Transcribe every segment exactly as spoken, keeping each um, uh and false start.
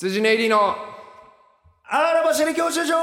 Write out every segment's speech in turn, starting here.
羊ね入りの荒らばしり教習所。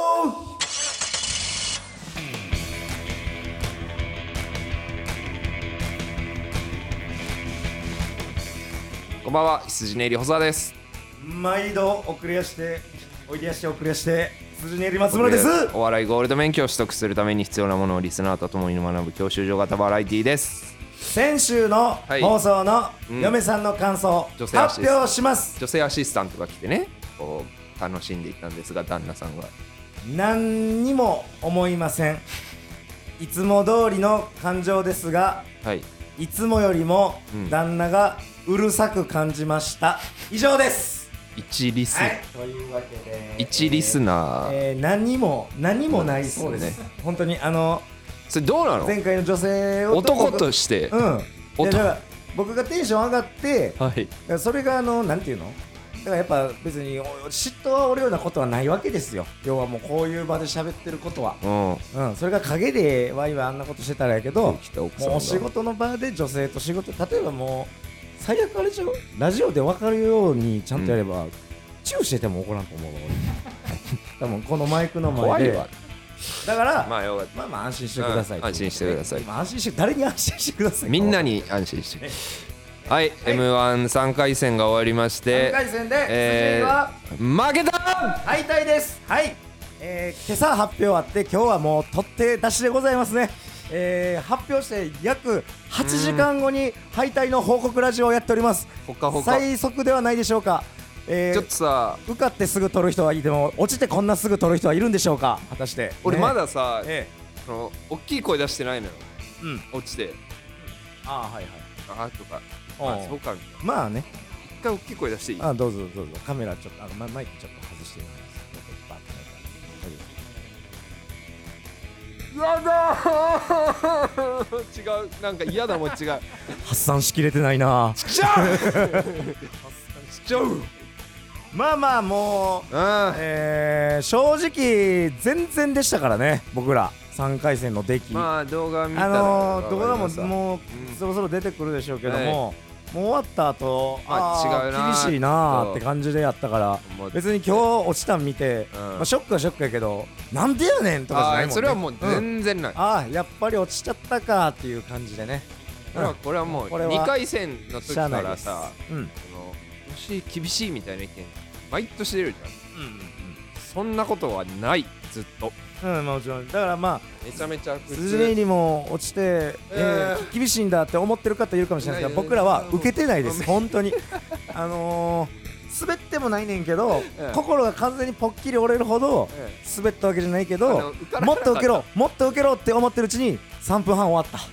こんばんは、羊ね入り細田です。 毎度遅れやしておいでやして遅れやして羊ね入り松村です。 お笑いゴールド免許を取得するために必要なものをリスナーと共に学ぶ教習所型バラエティです。 先週の放送の嫁さんの感想、 うん、 発表します。 女性アシスタントが来てね、こう楽しんでいたんですが、旦那さんは何にも思いません。いつも通りの感情ですが、はい、いつもよりも旦那がうるさく感じました。以上です。 一リス、 はい、というわけで一リスナー、 えー、何も何もないそうです、ね、本当にあのそれどうなの？ 前回の女性を男として、 うん、でだから僕がテンション上がって、はい、それがあのなんていうの、だからやっぱ別に嫉妬はおるようなことはないわけですよ。要はもうこういう場で喋ってることは、うんうん、それが陰でワイはあんなことしてたらやけど、もうお仕事の場で女性と仕事、例えばもう最悪あれちゃう、ラジオで分かるようにちゃんとやれば、うん、チューしてても怒らんと思うの多分このマイクの前でだから、まあ、まあまあ安心してください、 うん、安心してください、 まあ、安心して誰に安心してください、 みんなに安心して、ね、はい、はい、エムワンさん 回戦が終わりまして、 さんかい戦で、 えー、は負けた敗退です。はい、えー、今朝発表あって今日はもう取って出しでございますね。えー、発表して約はちじかんごに敗退の報告ラジオをやっております。 ほかほか最速ではないでしょうか。えー、 ちょっとさ、 受かってすぐ取る人はいても落ちてこんなすぐ取る人はいるんでしょうか、果たして。 俺まださ、 ね、 その大きい声出してないのよ、うん、落ちて、うん、 ああはいはいあとか、あそうかみたいな。 まあね、 一回大きい声出していい？ あ、どうぞどうぞ。カメラちょっとあのマイクちょっと外してみます。 やだー違う、なんか嫌だもん違う発散しきれてないな。 しちゃう発散しちゃう。 まあまあもう、えー、正直全然でしたからね、僕らさんかい戦の出来。 まあ動画見たら、 あのー、動画ももう、うん、そろそろ出てくるでしょうけども、はい、もう終わった後、まあ、違うな、厳しいなーって感じでやったから、別に今日落ちたん見て、うん、まあ、ショックはショックやけど、なんでやねんとかじゃないもんね。 それはもう全然ない、 うん、ああやっぱり落ちちゃったかっていう感じでね。 うん、これはもうにかい戦の時からさ、うん、年厳しいみたいな意見毎年出るじゃん、うんうんうん、そんなことはないずっと。 うん、もちろん。だからまあめちゃめちゃ普通。 鈴音にも落ちて、えーえー、厳しいんだって思ってる方いるかもしれないですが、僕らは受けてないです本当にあのー、滑ってもないねんけど、えー、心が完全にぽっきり折れるほど滑ったわけじゃないけど、もっと受けろもっと受けろって思ってるうちにさんぷんはん終わった。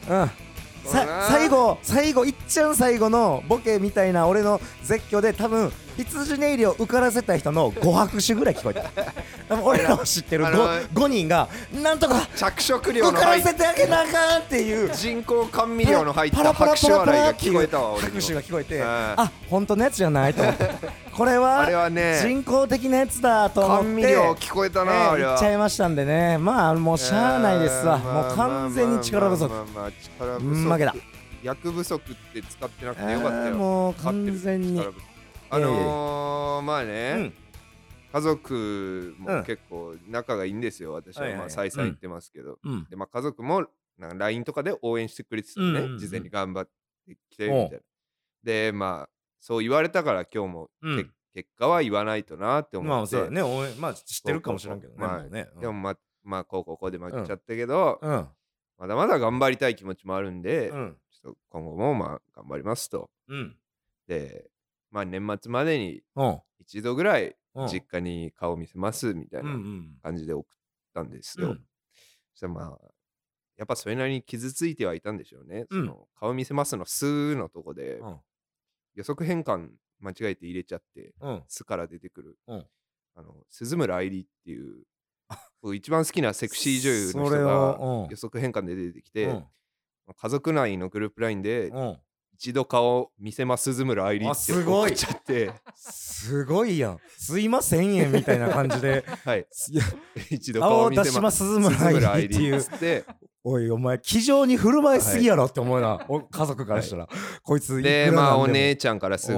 うん、さ最後最後いっちゃん最後のボケみたいな俺の絶叫で多分羊ネイリを受からせた人のご拍手ぐらい聞こえた多分俺らを知ってる 5, ごにんがなんとか着色料の受からせてあげなあかんっていう人工甘味料の入った拍手笑いが聞こえたわ。俺拍手が聞こえて、あ、本当のやつじゃないと思ってこれは人工的なやつだと思って甘味料聞こえたな、えー、 あれは言っちゃいましたんでね。まあもうしゃあないですわ、もう完全に力不足、負けた。 薬不足って使ってなくてよかったよ。 もう完全にあのー、まあね、うん、家族も結構仲がいいんですよ。私はまあ再々言ってますけど、うん、でまあ家族もなんか ライン とかで応援してくれてたね、うんうんうん、事前に頑張ってきてみたいな。でまあそう言われたから今日も、うん、結果は言わないとなって思って、 まあそうだね、応援まあ知ってるかもしれんけどね、 まあもうね、 うん、でもまあまあこうこうこうで負けちゃったけど、うんうん、まだまだ頑張りたい気持ちもあるんで、うん、ちょっと今後もまあ頑張りますと、うん、でまあ年末までに一度ぐらい実家に顔見せますみたいな感じで送ったんですよ、うん、そしたらまあやっぱそれなりに傷ついてはいたんでしょうね、うん、その顔見せますの「す」のとこで、うん、予測変換間違えて入れちゃって、うん、すから出てくる、うん、あの鈴村愛理っていう僕一番好きなセクシー女優の人が予測変換で出てきて、うん、家族内のグループラインで、うん、一度顔見せます鈴村愛理って送っちゃって、 すごいやん、すいませんえんみたいな感じではい一度顔見せます鈴村愛理っていうおいお前気丈に振る舞いすぎやろって思うな、はい、家族からしたら、はい、こいついくらなんでもでまあお姉ちゃんからすぐ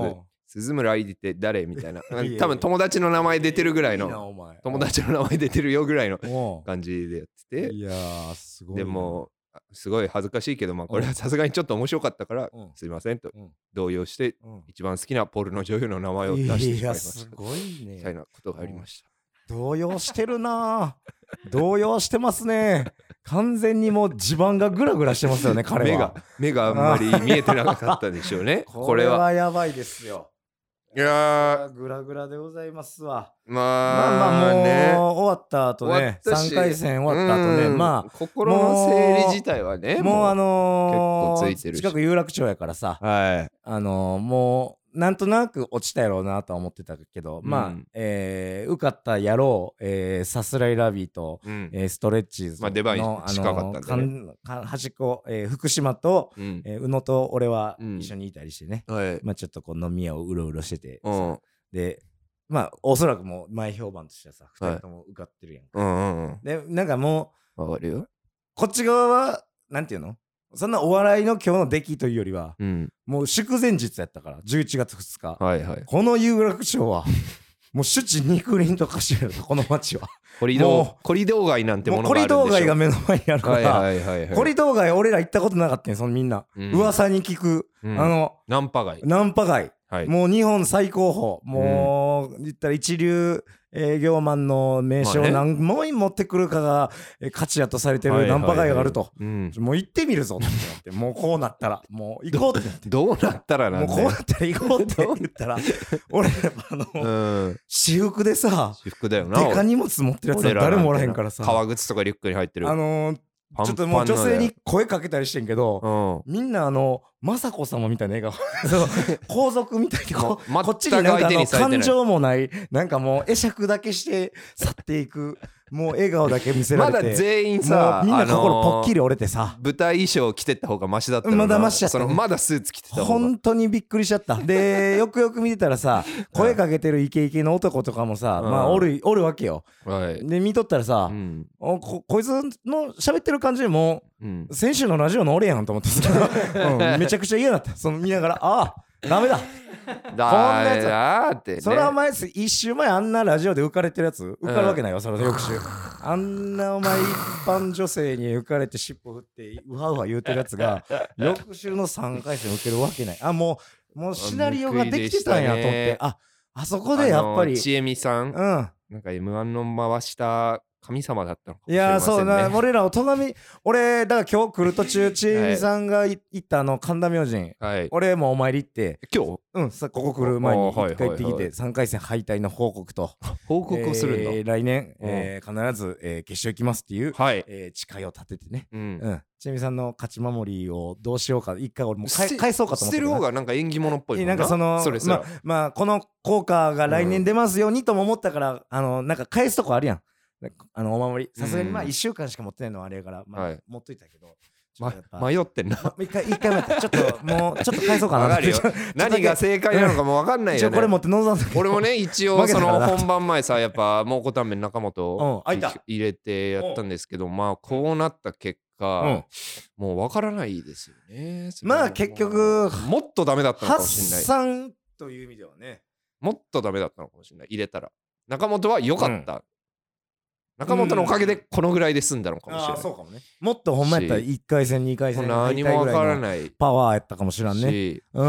鈴村愛理って誰みたいな多分友達の名前出てるぐらいの友達の名前出てるよぐらいの感じでやってて、 いやーすごい。 でもすごい恥ずかしいけど、まあこれはさすがにちょっと面白かったからすいませんと動揺して一番好きなポルノ女優の名前を出してしまいました。 すごいね。 みたいなことがありました。 動揺してるな動揺してますね。完全にもう地盤がグラグラしてますよね彼は。 目が目があんまり見えてなかったでしょうね。 これはやばいですよ。 いやーグラグラでございますわ。 まあまあまあもう、 ね、 終わった後ねさんかい戦終わった後ね、まあ心の整理自体はねもうあのー、結構ついてるし近く有楽町やからさ、 はい、 あのー、もうなんとなく落ちたやろうなとは思ってたけど、うん、まあ、えー、受かったやろう、えー、さすらいラビーと、うんえー、ストレッチーズの、 まあ、出番近かったんで、ね、 端っこ、えー、福島と、うんえー、宇野と俺は一緒にいたりしてね、 うんはい、 まあ、ちょっとこう飲み屋をうろうろしてて、うん、でまあおそらくもう前評判としてはさふたりとも受かってるやんか、 はいうんうんうん、 でなんかもう分かるよこっち側はなんていうのそんなお笑いの今日の出来というよりは、うん、もう祝前日やったからじゅういちがつふつか、 はいはい、 この有楽町はもう首都肉林と化してるこの街はコリドーコリドー街なんてものがあるんでしょ。 コリドー街が目の前にあるから、 はいはいはいはい、 コリドー街俺ら行ったことなかったんそのみんな、うん、噂に聞く、うん、あのナンパ街ナンパ街、はい、もう日本最高峰もう、うん、言ったら一流営業マンの名称を何枚持ってくるかが価値やとされてるナンパ街があると、もう行ってみるぞってなってもうこうなったらもう行こうってなってどうなったらなんもうこうなったら行こうって言ったら俺あの、うん、私服でさ私服だよなでか荷物持ってるやつは誰もおらへんからさ革靴とかリュックに入ってるあのーちょっともう女性に声かけたりしてんけど、うん、みんなあの雅子様みたいな笑顔皇族みたいにこうこっちになんかあの感情もないなんかもう会釈だけして去っていくもう笑顔だけ見せられてまだ全員さみんな心ポッキリ折れてさ、 舞台衣装着てった方がマシだったのまだマシやった、 ね、そのまだスーツ着てた方が本当にびっくりしちゃったでよくよく見てたらさ声かけてるイケイケの男とかもさ、うん、まあおるおるわけよ、はい、で見とったらさ、うん、こ, こいつの喋ってる感じでも、うん、先週のラジオの俺やんと思ってさ、うん、めちゃくちゃ嫌だったその見ながらああダメだこんなやつって、ね、それは前一週前あんなラジオで浮かれてるやつ浮かるわけないよ、うん、その翌週あんなお前一般女性に浮かれて尻尾振ってうはうは言うてるやつが翌週のさんかい戦受けるわけないあもうもうシナリオができてたんやと思って、ああそこでやっぱりちえみさん、うん、なんか エムワン の回した神様だったのかもしれませんね。いやそうな俺らをとがみ俺だから今日来る途中ちえみさんが行ったあの神田明神、はい、俺もお参り行って今日うんさここ来る前に一回行ってきてさんかい戦敗退の報告と報告をするの、 えー、来年、えー、必ず、えー、決勝行きますっていう、はいえー、誓いを立ててね、うんうん、ちえみさんの勝ち守りをどうしようか一回俺もう返そうかと思って捨てる方がなんか縁起物っぽいもんな。 なんかそのそれまあまあこの効果が来年出ますようにとも思ったから、うん、あのなんか返すとこあるやんあのお守りさすがにまあいっしゅうかんしか持ってないのはあれやから、まあはい、持っといたけど、 ま、迷ってんな、 ま、一回一回待ってちょっともうちょっと返そうかなって何が正解なのかも分かんないよね。 これ持って臨んだけど俺もね一応その本番前さやっぱ蒙古タンメン中本を入れてやったんですけど、まあこうなった結果、うん、もう分からないですよね。 まあ結局もっとダメだったのかもしれない。 発散という意味ではねもっとダメだったのかもしれない。入れたら中本は良かった、うん中本のおかげでこのぐらいで済んだのかもしれない、うん、あそうかもね。もっとほんまやったらいっかい戦にかい戦何もわからないパワーやったかもしれんね、うん、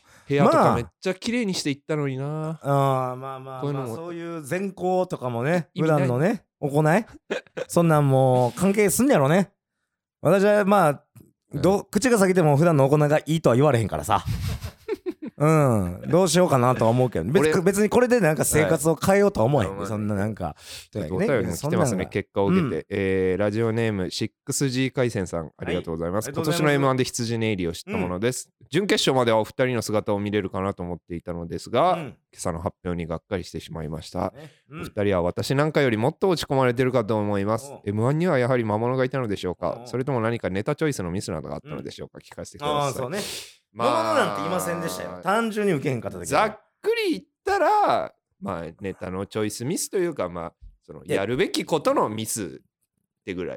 部屋とかめっちゃ綺麗にしていったのにな、 まあ、あまあまあ、まあ、そういう善行とかもね普段のね行いそんなんもう関係すんねやろね。私はまあど口が裂けても普段の行いがいいとは言われへんからさうんどうしようかなとは思うけど 別, 別にこれでなんか生活を変えようとは思えへん、はい、そんななんかお便りも来てますね。結果を受けて、うんえー、ラジオネーム シックスジー 回線さんありがとうございます、はい、今年の エムワン で羊ネイリを知ったものです、うん、準決勝まではお二人の姿を見れるかなと思っていたのですが、うん、今朝の発表にがっかりしてしまいました、うん、お二人は私なんかよりもっと落ち込まれてるかと思います、うん、エムワン にはやはり魔物がいたのでしょうか、うん、それとも何かネタチョイスのミスなどがあったのでしょうか、うん、聞かせてください。あそうねまあ、ものなんていませんでしたよ。単純に受けへんかっただけ。 ざっくり言ったら、まあ、ネタのチョイスミスというか、まあ、そのやるべきことのミスってぐらい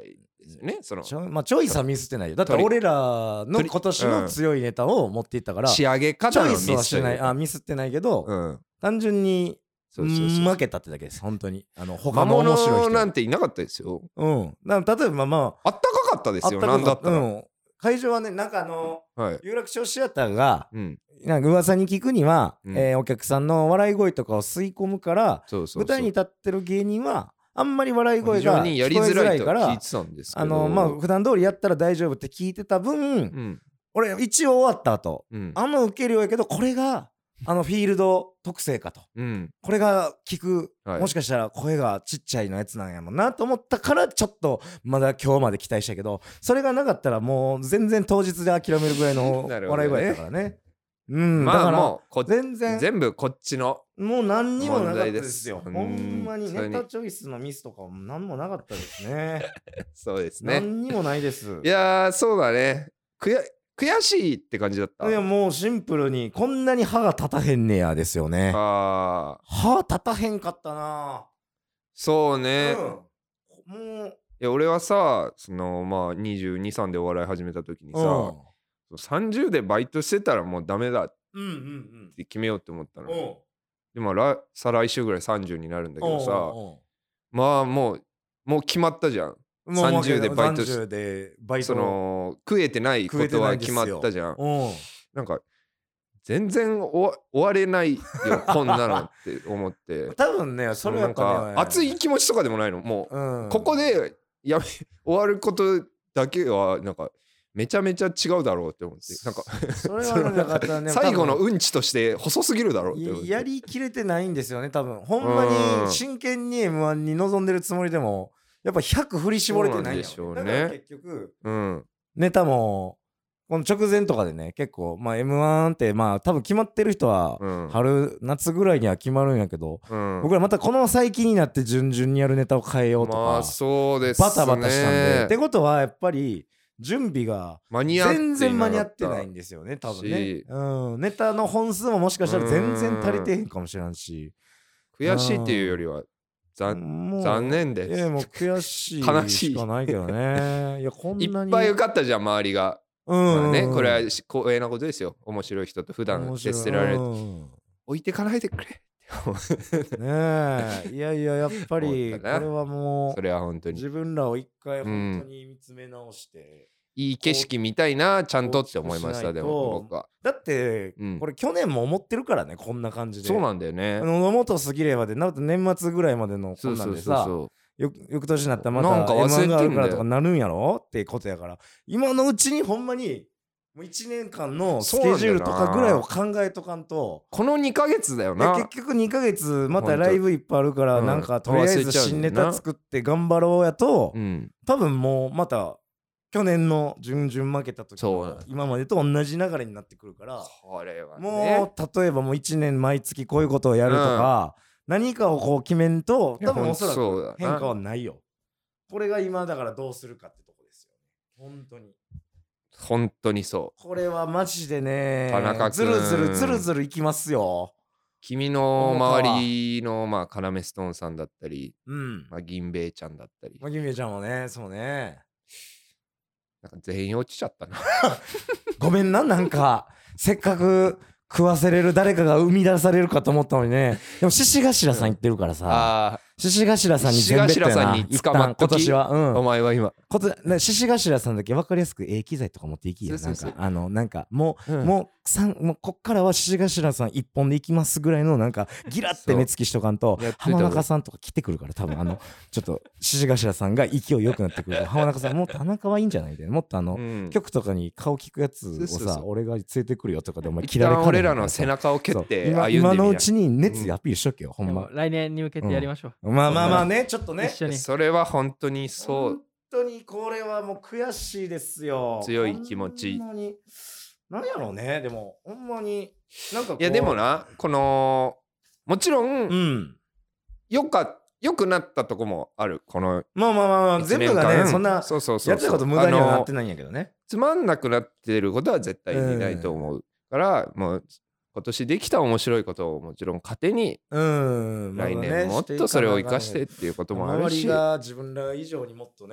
ですよね。そのちょ、まあ、チョイスはミスってないよ。だって俺らの今年の強いネタを持っていったから、 仕上げ方のミスチョイスはしてない、あ、ミスってないけど、うん、単純にそうそうそうそう負けたってだけです。本当にあの他の面白い人魔物なんていなかったですよ。 うん。だ例えばまああったかかったですよ。なんだったら、うん、 会場はね、なんかあの、はい、有楽町シアターが、うん、なんか噂に聞くには、うん、えー、お客さんの笑い声とかを吸い込むから、そうそうそう、舞台に立ってる芸人はあんまり笑い声が聞こえづらいから、あのまあ普段通りやったら大丈夫って聞いてた分、うん、俺一応終わった後、うん、あの受けるよやけどこれがあのフィールド特性かと、うん、これが聞く、はい、もしかしたら声がちっちゃいのやつなんやもんなと思ったからちょっとまだ今日まで期待したけど、それがなかったらもう全然当日で諦めるぐらいの笑い声だからね。うん、 まあもう全然全部こっちのもう何にもなかったですよ。ほんまにネタチョイスのミスとかも何もなかったですね。 そうですね。 何にもないです。 いやーそうだね。悔悔しいって感じだった。 いやもうシンプルにこんなに歯が立たへんねやですよね。あ歯立たへんかったな。 そうね。うん、もういや俺はさそのまあにじゅうに、さんでお笑い始めた時にさ。うんさんじゅうでバイトしてたらもうダメだって決めようって思ったの、うんうんうん、でも来再来週ぐらいさんじゅうになるんだけどさ、おうおうまあもうもう決まったじゃん。さんじゅうでバイトしその食えてないことは決まったじゃん。なんか全然終われないよこんなのって思って多分ねそれはやっぱねなんか熱い気持ちとかでもないのもう、うん、ここでやめ終わることだけはなんかめちゃめちゃ違うだろうって思ってなんかそれはなかったね最後のうんちとして細すぎるだろうって思ってやりきれてないんですよね多分ほんまに真剣に エムワン に臨んでるつもりでもやっぱひゃく振り絞れてないんでしょうね。だから結局、うん、ネタもこの直前とかでね結構まあ エムワン ってまあ多分決まってる人は春夏ぐらいには決まるんやけど、うん、僕らまたこの最近になって順々にやるネタを変えようとか、まあそうですね、バタバタしたんでってことはやっぱり準備が全然間に合ってないんですよね多分ね、うん、ネタの本数ももしかしたら全然足りてへんかもしれんし悔しいっていうよりは残念です。 いやもう悔しい悲しいしかないけどねいやこんなにいっぱい受かったじゃん周りが、うんまあね、これは光栄なことですよ。面白い人と普段接せられると、うん、置いてかないでくれねえいやいややっぱりこれはもうそれは本当に自分らを一回本当に見つめ直して、 うん、いい景色見たいなちゃんとって思いました。でも僕はだって、うん、これ去年も思ってるからねこんな感じで。 そうなんだよね。 野本すぎればでな年末ぐらいまでのこんなんでさよ翌年になったらまた エムワン があるからとかなるんやろってことやから今のうちにほんまにもういちねんかんのスケジュールとかぐらいを考えとかんとこのにかげつだよな。 結局にかげつまたライブいっぱいあるからなんかとりあえず新ネタ作って頑張ろうやと、うん、多分もうまた去年の準々負けた時の今までと同じ流れになってくるからこれは、ね、 もう例えばもういちねん毎月こういうことをやるとか、うん、何かをこう決めんと多分おそらく変化はないよ。これが今だからどうするかってとこですよね本当に。 本当にそう。 これはマジでね田中ずるずるずるずるいきますよ。 君の周りのまあ要ストーンさんだったり、うんまあ、銀兵衛ちゃんだったり、 まあ、銀兵衛ちゃんもねそうねなんか全員落ちちゃったなごめんななんかせっかく食わせれる誰かが生み出されるかと思ったのにね。でも獅子頭さん言ってるからさ、あ獅子頭さんに全部やったよな。 獅子頭さんに捕まっとき今年は、うん、お前は今獅子頭さんだけ分かりやすくええ機材とか持っていきやなんかあのなんかもう、うん、もうもうこっからは獅子頭さん一本で行きますぐらいのなんかギラって目つきしとかんと浜中さんとか来てくるから多分あのちょっと獅子頭さんが勢いよくなってくるから浜中さんもう田中はいいんじゃないでもっとあの、うん、局とかに顔聞くやつをさそうそうそう俺が連れてくるよとかでお前切られかね俺らの背中を蹴って今, 今のうちに熱意アピールしとけよ、うん、ほんま来年に向けてやりましょう、 うん、まあまあまあねちょっとね一緒にそれは本当にそう本当にこれはもう悔しいですよ強い気持ちほんまに何やろうねでもほんまになんかこういやでもなこのもちろん、うん、よかよくなったとこもあるこのまあまあまあ、まあ、全部がねそんなそうそうそうそうやってたこと無駄にはなってないんやけどねつまんなくなってることは絶対にないと思う、うん、からもう今年できた面白いことをもちろん糧に、うん、来年もっとそれを生かしてっていうこともあるし、 周りが自分ら以上にもっとね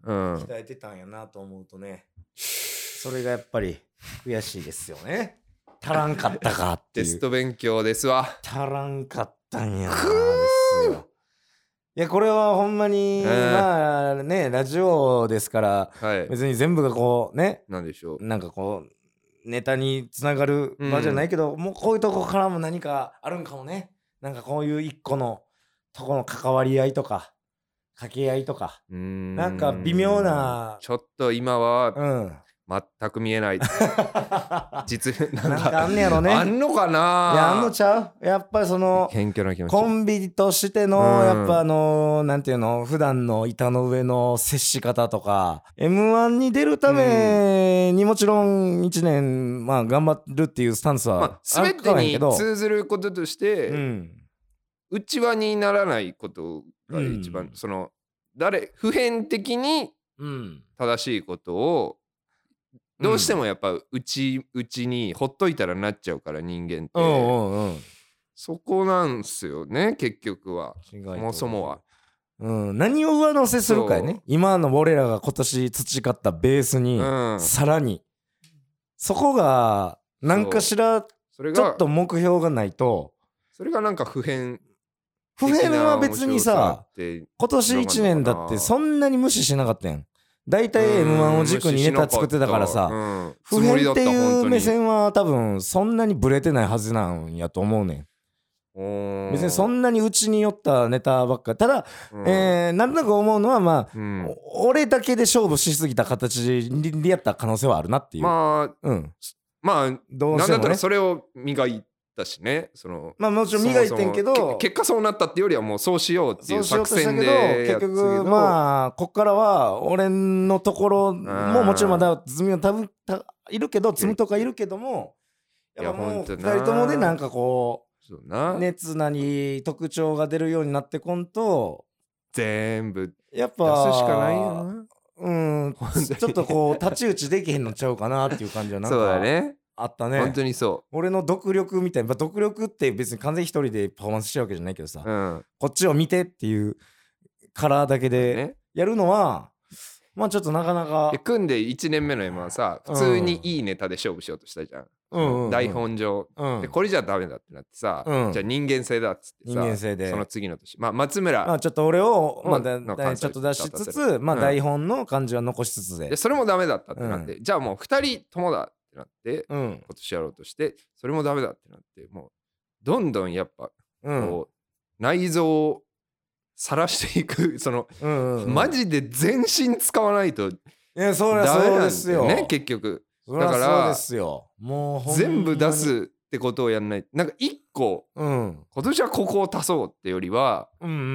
鍛えてたんやなと思うとね、それがやっぱり悔しいですよね。足らんかったかっていう。 テスト勉強ですわ。 足らんかったんやなですよ。いやこれはほんまに、えー、まあねラジオですから、はい、別に全部がこうね、 なんでしょう、 なんかこうネタにつながる場じゃないけど、うん、もうこういうとこからも何かあるんかもね。なんかこういう一個のとこの関わり合いとか掛け合いとか、うーん、なんか微妙な、 ちょっと今は、うん全く見えない実なんか、 なんかあんねやろね。 あんのかな。 いやあんのちゃう。やっぱりその謙虚な気持ち、 コンビとしての、うん、やっぱあのなんていうの普段の板の上の接し方とか エムワン に出るためにもちろんいちねんまあ頑張るっていうスタンスはあるかもやけど、 まあ、全てに通ずることとして、うん、内輪にならないことが一番、うん、その誰普遍的に正しいことをどうしてもやっぱうちうちにほっといたらなっちゃうから人間って、うんうんうん、そこなんすよね結局は。そもそもは、 うん、何を上乗せするかやね。今の俺らが今年培ったベースに、うん、さらにそこが何かしらちょっと目標がないと、 それがなんか普遍普遍は別にさ今年いちねんだってそんなに無視しなかったやん。大体 エムワン を軸にネタ作ってたからさ、うん、普遍っていう目線は多分そんなにブレてないはずなんやと思うねん。別にそんなにうちに寄ったネタばっかり。ただ、うんえー、なんとなく思うのはまあ、うん、俺だけで勝負しすぎた形でやった可能性はあるなっていう。 まあ、うん、まあどうしてもね、なんだったらそれを磨いてだしね、そのまあもちろん磨いてんけど、そもそも結果そうなったっていうよりはもうそうしようっていう作戦でやったけど、結局まあこっからは俺のところももちろんまだ積みは多分いるけど積みとかいるけども、やっぱもうふたりともでなんかこう熱なり特徴が出るようになってこんと全部やっぱ出すしかないよな。 うんちょっとこう太刀打ちできへんのちゃうかなっていう感じはなんかそうだねあったね。 本当にそう。 俺の独力みたいな、独力って別に完全に一人でパフォーマンスしてるわけじゃないけどさ、うん、こっちを見てっていうカラーだけでやるのは、ね、まあちょっとなかなか組んでいちねんめの エムワン さ普通にいいネタで勝負しようとしたじゃん、うんうんうん、台本上、うん、でこれじゃダメだってなってさ、うん、じゃあ人間性だっつってさ、人間性でその次の年、まあ、松村、 まあ、ちょっと俺を、まあ、だだちょっと出しつつ、まあ、台本の感じは残しつつで、 でそれもダメだったってなって、うん、じゃあもうふたりともだってなって、うん、今年やろうとしてそれもダメだってなってもうどんどんやっぱこう、うん、内臓を晒していくその、うんうんうん、マジで全身使わないとダメなんですよね結局。 だからそうですよ、もう全部出すってことをやんない。なんか一個、うん、今年はここを足そうってよりは、うんうんうん、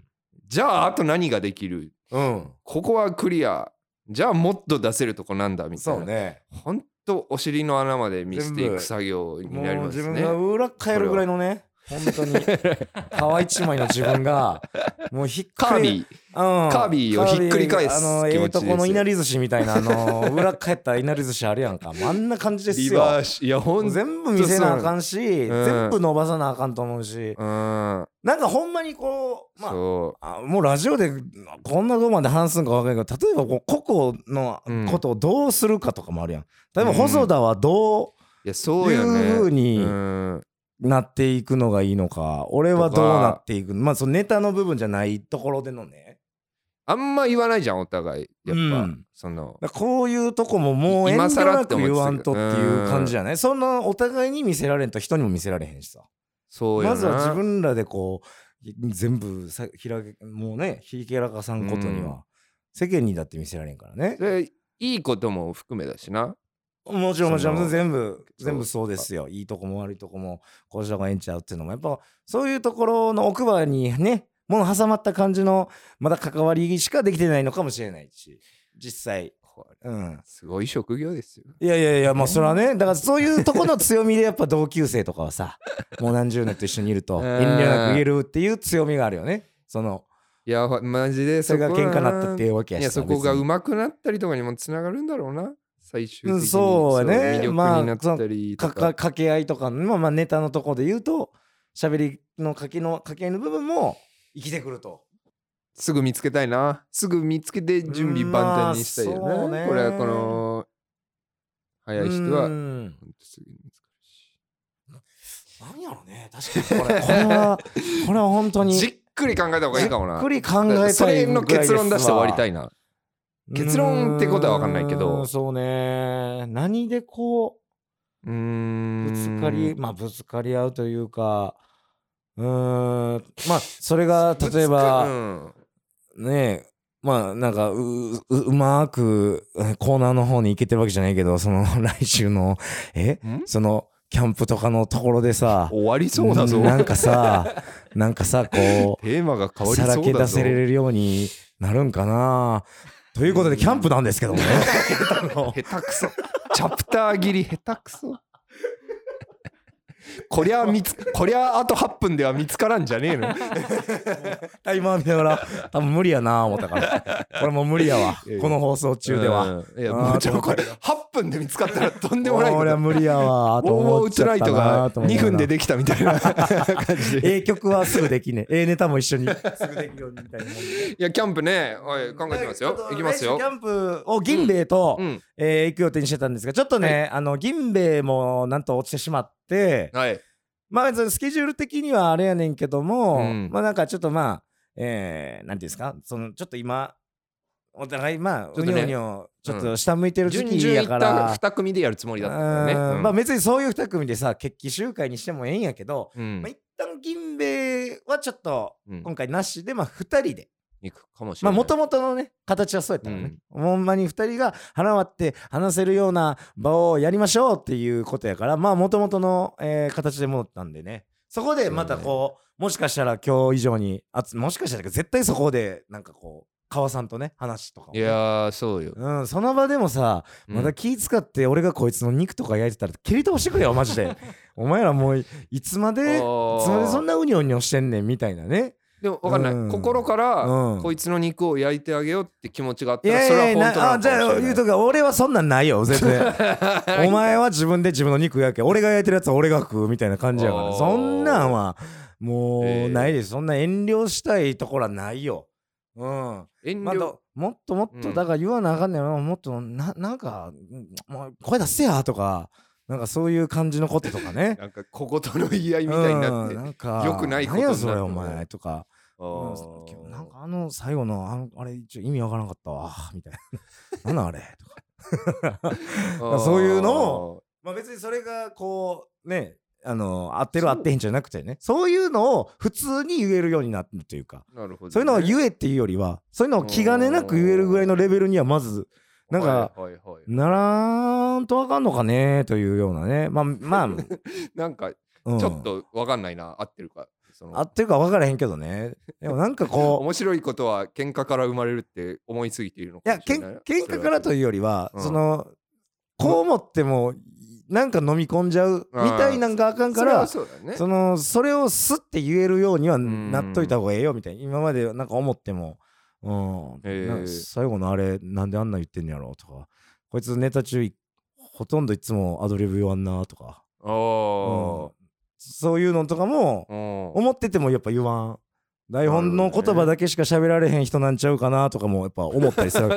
じゃああと何ができる、うん、ここはクリア、じゃあもっと出せるとこなんだみたいな。そうね、ほんとお尻の穴まで見せていく作業になりますね。 もう自分が裏返るぐらいのね本当に皮一枚の自分がもうひっくりカービー、うん、カービーをひっくり返すあのええとこのいなり寿司みたいなあの裏返ったいなり寿司あるやんか、あんな感じですよ。リバーシいやほん全部見せなあかんし、うん、全部伸ばさなあかんと思うし、うん、なんかほんまにこうまああもうラジオでこんなどこまで話すんか分かんないけど、例えばこう個々のことをどうするかとかもあるやん。例えば細田はどういうふうに、うんなっていくのがいいのか、俺はどうなっていくの、まあそのネタの部分じゃないところでのね、 あんま言わないじゃんお互いやっぱ、うん、そのこういうとこももう遠慮なく言わんとっていう感じじゃない。そんなお互いに見せられんと人にも見せられへんしさ、そうやな、まずは自分らでこう全部さひらげもうねひけらかさんことには、うん、世間にだって見せられんからね。 でいいことも含めだしな、 もちろんもちろん全部全部そうですよ。いいとこも悪いとこもこうした方がええんちゃうっていうのもやっぱそういうところの奥歯にねもう挟まった感じのまだ関わりしかできてないのかもしれないし、実際、 うん、すごい職業ですよ。 いやいやいやまあそれはね、だからそういうとこの強みでやっぱ同級生とかはさもう何十年と一緒にいると遠慮なく言えるっていう強みがあるよね。そのいやマジでそれが喧嘩になったっていうわけやし、 いやそこが上手くなったりとかにもつながるんだろうな最終的に。 そうね、 魅力になったりとか、 まあ、掛け合いとか、まあ、まあネタのところで言うと喋りの掛けの掛け合いの部分も生きてくると。 すぐ見つけたいな。すぐ見つけて準備万端にしたいよね。まあ、ねこれはこの早い人はほんとすぐ見つかるし。何やろね。確かにこれこれはこれは本当にじっくり考えた方がいいかもな。 じっくり考えたいぐらいですわ。 それの結論出して終わりたいな。結論ってことは分かんないけど。 そうね。何でこう、うーんぶつかりまあぶつかり合うというか、うーんまあそれが例えば、うん、ねえまあなんか う, う, うまくコーナーの方に行けてるわけじゃないけど、その来週のえそのキャンプとかのところでさ終わりそうだぞ。 なんかさなんかさこうテーマが変わりそうだぞ。 さらけ出せれるようになるんかなということでキャンプなんですけどもね。 下手くそ。チャプター切り下手くそ。こりゃ見つこりゃあとはっぷんでは見つからんじゃねえの。 タイマー見ながら多分無理やな思ったからこれもう無理やわこの放送中では。 いやもうちょこれはっぷんで見つかったらとんでもないこと。 俺は無理やわと思っちゃったなと思ウォーウォーウッドライトがにふんでできたみたいな感じで。 ええ曲はすぐできねええネタも一緒にすぐできるようにみたいなもんで。 いやキャンプねおい考えてますよ。行きますよ。 キャンプを銀兵衛と、うんうんえー、行く予定にしてたんですがちょっとね、はい、あの銀兵衛もなんと落ちてしまって、はいまあスケジュール的にはあれやねんけども、うん、まあなんかちょっとまあ、えー、なんていうんですかそのちょっと今お互いまあうにょうにょちょっと下向いてる時期やから、 うん、に組でやるつもりだったからね、うん、 まあ別にそういうに組でさ決起集会にしてもええんやけど、うんまあ、一旦銀兵衛はちょっと今回なしで、まあふたりで行くかもしれない。 まあもともとのね形はそうやったからね、うん、ほんまにふたりが腹割って話せるような場をやりましょうっていうことやから、まあもともとの、えー、形で戻ったんでねそこでまたこう、もしかしたら今日以上にあつもしかしたら絶対そこでなんかこう川さんとね話とかも、ね、 いやーそうよ、 うん、その場でもさまだ気使って俺がこいつの肉とか焼いてたら蹴り飛ばしてくれよマジでお前らもういつまでいつまでそんなウニョウニョしてんねんみたいなね。 でも分かんない、うん、心から、うん、こいつの肉を焼いてあげようって気持ちがあったらそれは本当なのかもしれない。あじゃあ言うとか俺はそんなんないよ全然お前は自分で自分の肉焼け俺が焼いてるやつは俺が食うみたいな感じやからそんなんはもうないです、えー、そんな遠慮したいところはないよ。うん、遠慮、まあ、もっともっとだから言わなあかんねん、うん、もっと な, なんかもう声出せやとかなんかそういう感じのこととかねなんか小言の言い合いみたいになって、うん、なんかよくないことになって何やそれお前とかうん、なんかあの最後の あ, のあれ一応意味わからなかったわみたいななんなんあれとかそういうのを、まあ、別にそれがこうねあの合ってる合ってへんじゃなくてねそういうのを普通に言えるようになるというかなるほど、ね、そういうのを言えっていうよりはそういうのを気兼ねなく言えるぐらいのレベルにはまずなんか、はいはいはい、ならんとあかんのかねというようなねまあまあなんかちょっとわかんないな、うん、合ってるかその合ってるか分からへんけどねでもなんかこう面白いことは喧嘩から生まれるって思いすぎているのかもしれない。 いやけん喧嘩からというよりは、うん、そのこう思ってもなんか飲み込んじゃうみたいなんがあかんから、そ, そ, ね、そのそれをスッて言えるようにはなっといた方がええよみたいな今までなんか思っても、うん、な最後のあれなんであんな言ってんのやろとかこいつネタ中ほとんどいつもアドリブ言わんなとかあ、うん、そういうのとかも思っててもやっぱ言わん台本の言葉だけしか喋られへん人なんちゃうかなとかもやっぱ思ったりする、うん、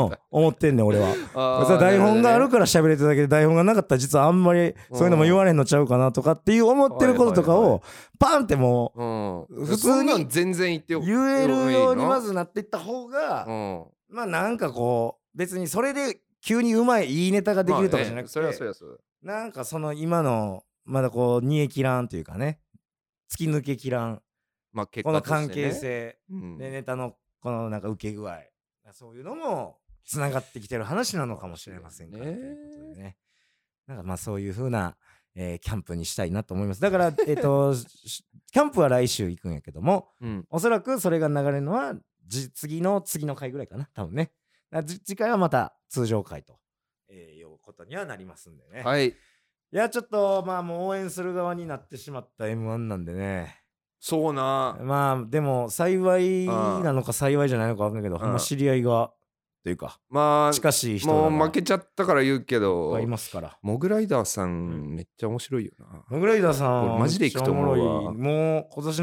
思ってんねん俺は台本があるから喋れてるだけで台本がなかったら実はあんまりそういうのも言われんのちゃうかなとかっていう思ってることとかをパンってもう普通に全然言って言えるようにまずなっていった方がまあなんかこう別にそれで急にうまいいいネタができるとかじゃなくてなんかその今のまだこう煮え切らんというかね突き抜け切らんまあ結果としてね、この関係性、うん、でネタのこのなんか受け具合そういうのもつながってきてる話なのかもしれませんからということでねなんかまあそういう風な、えー、キャンプにしたいなと思います。だからえっとキャンプは来週行くんやけども、うん、おそらくそれが流れるのは次の次の回ぐらいかな多分ね次回はまた通常回と、えー、いうことにはなりますんでね。はいいやちょっとまあもう応援する側になってしまった エムワン なんでねそうなまあでも幸いなのか幸いじゃないのか分かんないけどほんま知り合いがというかまあ近しい人もう負けちゃったから言うけどいますからモグライダーさんめっちゃ面白いよな。 モグライダーさんマジでいくと思うわ。 もう今年の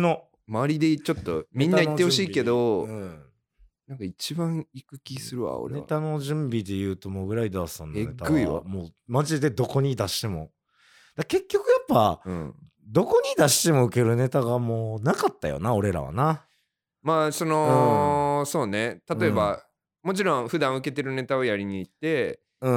周りでちょっとみんな言ってほしいけど、うん、なんか一番行く気するわ俺は。 ネタの準備で言うともうグライダーさんのネタはえっぐいわ、 もうマジでどこに出してもだ結局やっぱ、うん、どこに出しても受けるネタがもうなかったよな俺らはな。 まあその、うん、そうね、例えば、うん、もちろん普段受けてるネタをやりに行って、うん、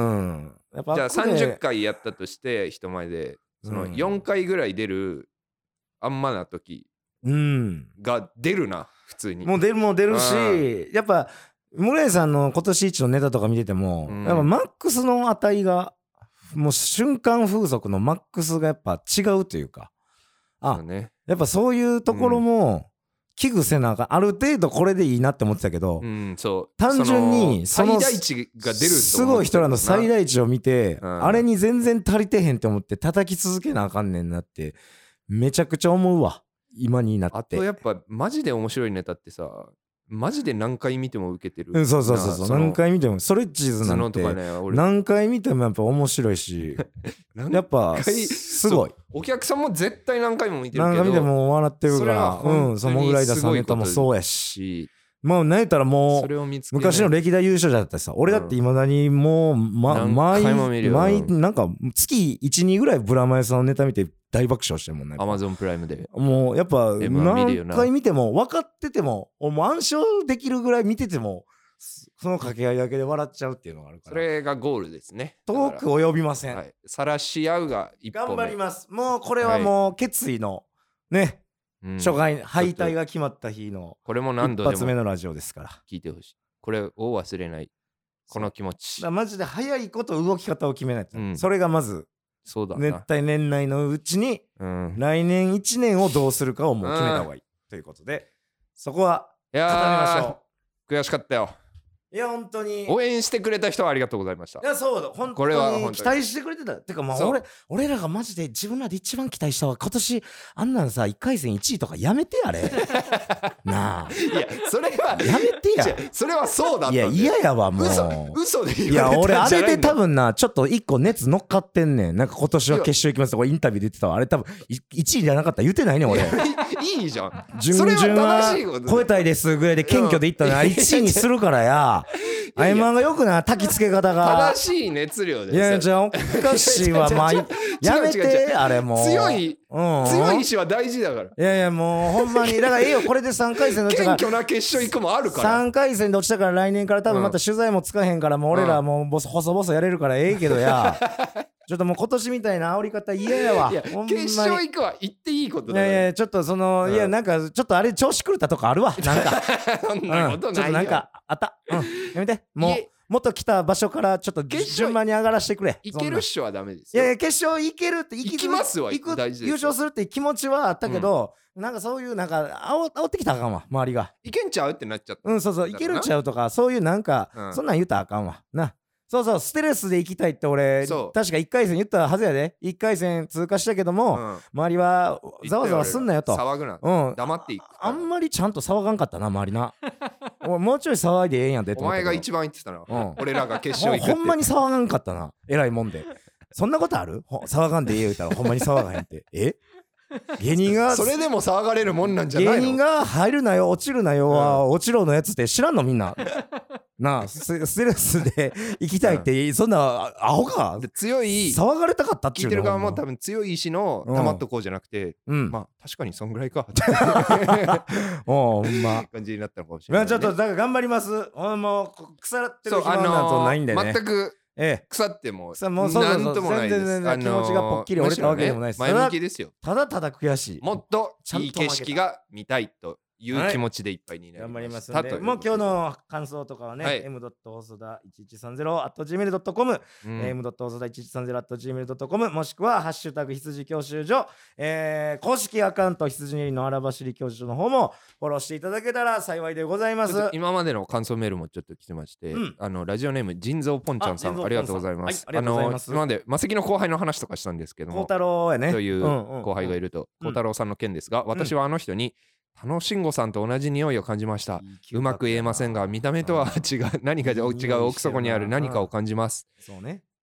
やっぱじゃあさんじゅっかいやったとして人前でそのよんかいぐらい出るあんまな時が出るな普通に。 もう出るも出るし、やっぱ村井さんの今年一のネタとか見てても、うん、やっぱマックスの値がもう瞬間風速のマックスがやっぱ違うというか、あ、ね、やっぱそういうところも危惧せなあかん、ある程度これでいいなって思ってたけど、うん、そう単純にその最大値が出るすごい人らの最大値を見て、うん、あれに全然足りてへんって思って叩き続けなあかんねんなってめちゃくちゃ思うわ今になって。 あとやっぱマジで面白いネタってさ、マジで何回見ても受けてる、 うん、そうそうそうそう、何回見てもストレッチーズなんて、ね、何回見てもやっぱ面白いしやっぱすごい、 お客さんも絶対何回も見てるけど何回見ても笑ってるから、うん、そのモグライダーさんネタもそうやし、まあ何言ったらもう昔の歴代優勝者だったしさ、俺だっていまだにもう、ま、毎毎なんか月いち、にぐらいブラマヨさんのネタ見て大爆笑してるもんね。 アマゾンプライムでもうやっぱ何回見ても分かっててももう暗唱できるぐらい見ててもその掛け合いだけで笑っちゃうっていうのがあるから、 それがゴールですね。 遠く及びません。 さらし合うが一歩目。 頑張ります。もうこれはもう決意のね、うん、初回敗退が決まった日のこれも何度でも一発目のラジオですから聞いてほしい。これを忘れないこの気持ち。 だマジで早いこと動き方を決めないと、うん、それがまずそうだな、 絶対年内のうちに、うん、来年いちねんをどうするかをもう決めた方がいい、うん、ということでそこは固めましょう。悔しかったよ。 いや本当に応援してくれた人はありがとうございました。 いやそうだ本当に期待してくれてた。てかまあ俺俺らがマジで自分らで一番期待したわ今年あんなんさいっかい戦いちいとかやめてやれなあ。 いやそれはやめてや。 それはそうだったんだよ。いや嫌やわもう。 嘘嘘で言われてたんじゃないの。いや俺あれで多分なちょっと一個熱乗っかってんねん。なんか今年は決勝行きますとかインタビューで言ってたわ。あれ多分いちいじゃなかったら言ってないねん俺。 いいじゃん。 準々は超えたいですぐらいで謙虚でいったのに、うん、いちいにするからや。アイマンがよくな焚き付け方が正しい熱量で。 いやじゃあおかしいわまあやめてあれもう強い、うん、強い意志は大事だから。いやいやもうほんまにだからいいよこれでさんかい戦で落ちたから謙虚な決勝行くもあるからさんかい戦で落ちたから来年から多分また取材もつかへんからもう俺らもうボソボソボソやれるからええけどやちょっともう今年みたいな煽り方嫌やわ。いや決勝行くは言っていいことだから。 いやいやちょっとその、うん、いやなんかちょっとあれ調子狂ったとこあるわなんかそんなことないよ、うん、 ちょっとなんかあった、うん、やめてもうもっと来た場所からちょっと順番に上がらせてくれ。 行けるっしょはダメですよ。 いやいや決勝行けるって行き行きますわ。 行く優勝するって気持ちはあったけど、うん、なんかそういうなんか煽煽ってきたらあかんわ周りが。 いけんちゃうってなっちゃった。 うんそうそういけるんちゃうとかそういうなんか、うん、そんなん言ったらあかんわな。そうそうステレスで行きたいって俺確かいっかい戦言ったはずやで。いっかい戦通過したけども、うん、周りはざわざわすんなよと騒ぐな、 うん、 黙っていく。 あんまりちゃんと騒がんかったな周りなもうちょい騒いでええんやでってお前が一番言ってたな、うん、俺らが決勝行くってほんまに騒がんかったなえらいもんでそんなことある騒がんでええ言うたらほんまに騒がへんってえ芸人がそれでも騒がれるもんなんじゃないの。 芸人が入るなよ落ちるなよは、うん、落ちろのやつって知らんのみんななあステレスで行きたいって、うん、そんなアホか強い騒がれたかったっちゅうの。 聞いてる側も多分強い意志のたまっとこうじゃなくて、うん、まあ確かにそんぐらいかおほんま感じになったのかもしれない、ね、 ちょっとだから頑張ります。もう腐ってる暇なんとないんでね、 あのー、全くええ、 腐っても何ともないです。全然気持ちがぽっきり折れたわけでもないです。 前向きですよ。 ただただ悔しい。 もっといい景色が見たいという気持ちでいっぱいになりました。頑張りますので、もう今日の感想とかはね、はい、エム 細田いちいちさんゼロ アット ジーメール ドットコム、うん、エム 細田いちいちさんゼロ アット ジーメール ドットコム もしくはハッシュタグ羊教習所、えー、公式アカウント羊ねりの荒走り教習所の方もフォローしていただけたら幸いでございます。 今までの感想メールもちょっと来てまして、うん、あのラジオネーム腎臓ポンちゃんさん あ, ありがとうございます。はい、あの今までマセキの後輩の話とかしたんですけども、 孝太郎やねという後輩がいると、孝太郎さんの件ですが、うん、私はあの人に田野慎吾さんと同じ匂いを感じました。うまく言えませんが見た目とは違う何か違う奥底にある何かを感じます。 そうね。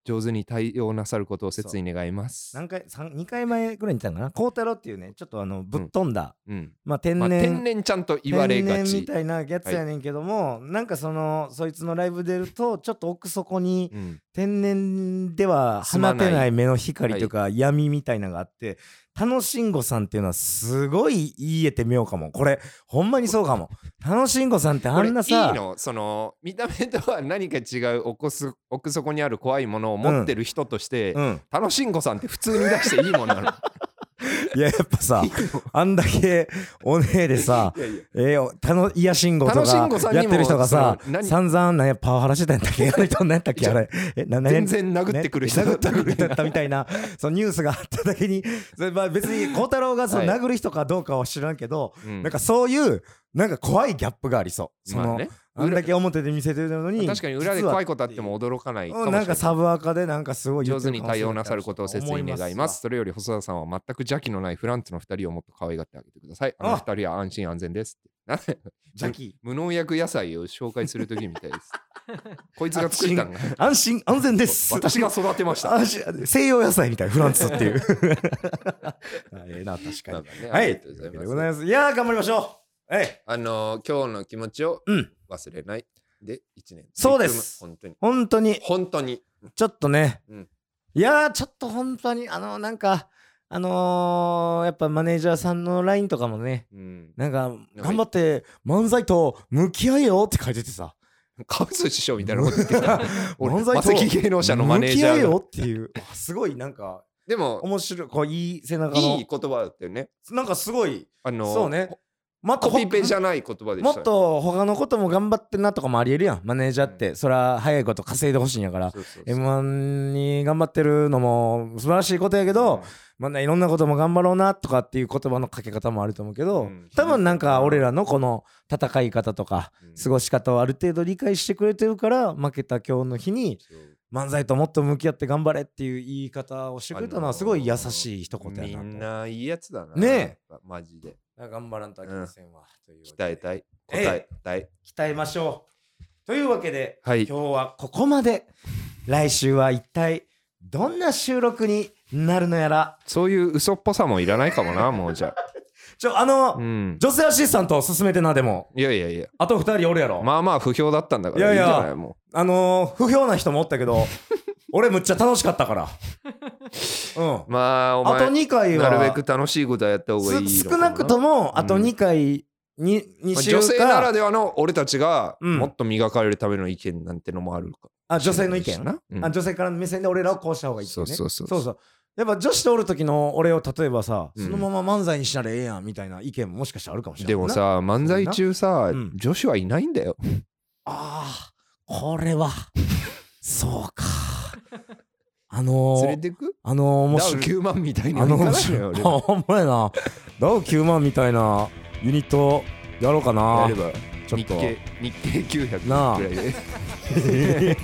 上手に対応なさることを切に願います。 何回にかいまえぐらいに言ったのかな、孝太郎っていうねちょっとあのぶっ飛んだ、 うんうん、 まあ天然、 まあ、天然ちゃんと言われがち天然みたいなやつやねんけども、はい、なんかそのそいつのライブ出るとちょっと奥底に、うん、天然では放てない目の光とか闇みたいなのがあって、はい、楽しんごさんっていうのはすごい言えてみようかも。これほんまにそうかも。楽しんごさんってあんなさ、 いいのその見た目とは何か違う奥す奥底にある怖いものを持ってる人として、うんうん、楽しんごさんって普通に出していいもんなのいややっぱさあんだけおねえでさいやいや、えー、たのいやしんごとかやってる人がさ散々なんやパワハラしてたんやったっけあの人なんやったっけあれえな全然殴ってくる人だった、ね、殴ってくる人だったみたいなそのニュースがあっただけにそれ、まあ、別に孝太郎がその殴る人かどうかは知らんけど、はい、なんかそういうなんか怖いギャップがありそうその、まあね、あんだけ表で見せてるのに確かに裏で怖いことあっても驚かないかもしれない。 なんかサブアカでなんかすごい上手に対応なさることを切に願います。それより細田さんは全く邪気のないフランツのふたりをもっと可愛がってあげてください。あのふたりは安心安全です。邪気無農薬野菜を紹介するときみたいですこいつが作ったんが安心安全です私が育てました西洋野菜みたいフランツっていうええな確かに、ね、はい、ありがとうございます。いやー頑張りましょう。はい、 あのー、今日の気持ちを忘れない、うん、でいちねんそうです本当に本当に本当にちょっとね、うん、いやーちょっと本当にあのー、なんかあのー、やっぱマネージャーさんの ライン とかもね、うん、なんか頑張って漫才と向き合えよって書いててさカウス師匠みたいなこと言ってた漫才とマセキ芸能者のマネージャー向き合えよっていうすごいなんかでも面白いこういい背中のいい言葉だったよね。 なんかすごいあのー、 そうねもっとコピペじゃない言葉でした。 もっと他のことも頑張ってんなとかもありえるやんマネージャーって、うん、そりゃ早いこと稼いでほしいんやから エムワン に頑張ってるのも素晴らしいことやけど、うんまあね、いろんなことも頑張ろうなとかっていう言葉のかけ方もあると思うけど、うん、多分なんか俺らのこの戦い方とか過ごし方をある程度理解してくれてるから負けた今日の日に漫才ともっと向き合って頑張れっていう言い方をしてくれたのはすごい優しい一言やなと。 みんないいやつだなねえマジで頑張らんとあきませんわ、 うん、という鍛えたい答えたい、ええ、鍛えましょうというわけで、 はい、 今日はここまで。来週は一体どんな収録になるのやら。 そういう嘘っぽさもいらないかもなもうじゃあちょあの、うん、女性アシスタントを進めてな。でもいやいやいやあとふたりおるやろ。 まあまあ不評だったんだからいいんじゃない。いやいやもうあのー、不評な人もおったけど俺むっちゃ楽しかったからうん、 まあお前あとにかいはなるべく楽しいことはやった方がいいのかな。 少なくともあとにかいに、うん、に週か、 女性ならではの俺たちがもっと磨かれるための意見なんてのもあるか、 あ女性の意見な、うん、あ女性からの目線で俺らをこうした方がいいってね。 そうそうそうそうそうやっぱ女子とおる時の俺を例えばさ、うん、そのまま漫才にしたらええやんみたいな意見ももしかしたらあるかもしれない。 でもさ漫才中さ、うん、女子はいないんだよ。 ああこれはそうかあのー、 連れてくあのー、もしダウきゅうまんみたいなのあほんまやなダウきゅうまんみたいなユニットやろうかな。 やればちょっと日経日経きゅうひゃくぐらいで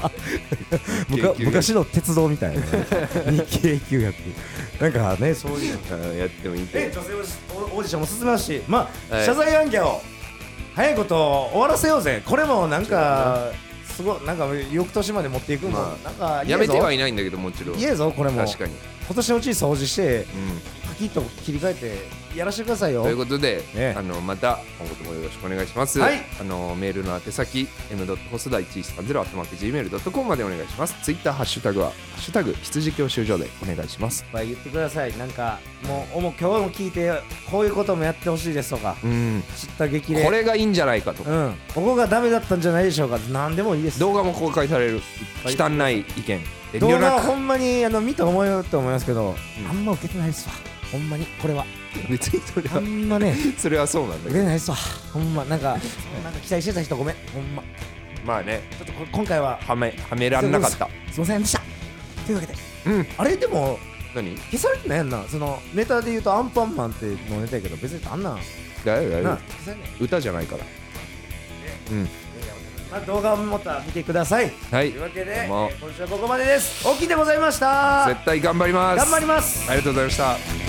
昔の鉄道みたいな日経きゅうひゃくなんかねそういうのやってもいいけど女性オーディションも進めますしまあ、はい、謝罪案件を早いこと終わらせようぜ。これもなんかすごいなんか翌年まで持っていくのも、まあ、なんかやめてはいないんだけどもちろんいいぞこれも確かに今年のうちに掃除して、うん、パキッと切り替えてやらせてくださいよ。 ということで、ね、あのまた今後ともよろしくお願いします、はい、あのメールの宛先 エム 細田いちいちさんゼロ アットマーク ジーメール ドットコム までお願いします。ツイッターハッシュタグはハッシュタグ羊教習所でお願いします。 いっぱい言ってください。なんかもう、もう今日も聞いてこういうこともやってほしいですとか、うん、知った激励これがいいんじゃないかとか、 うん、ここがダメだったんじゃないでしょうか。何でもいいです。 動画も公開される汚い意見動画はほんまにあの見て思うと思いますけど、うん、あんま受けてないですわほんまにこれは。 別にそれはほんまねそれはそうなんだけど受けてないですわほんま。なんかなんか期待してた人ごめんほんま。 まあねちょっと今回ははめはめらんなかった。 すいませんでしたというわけで、うん、あれでも何消されてないやんな。そのネタで言うとアンパンマンってのネタやけど別にあんなんだよだよ歌じゃないからうんまあ、動画をまた見てください。 はい。 というわけで今週はここまでです。大きいでございました。 絶対頑張ります。 頑張ります。 ありがとうございました。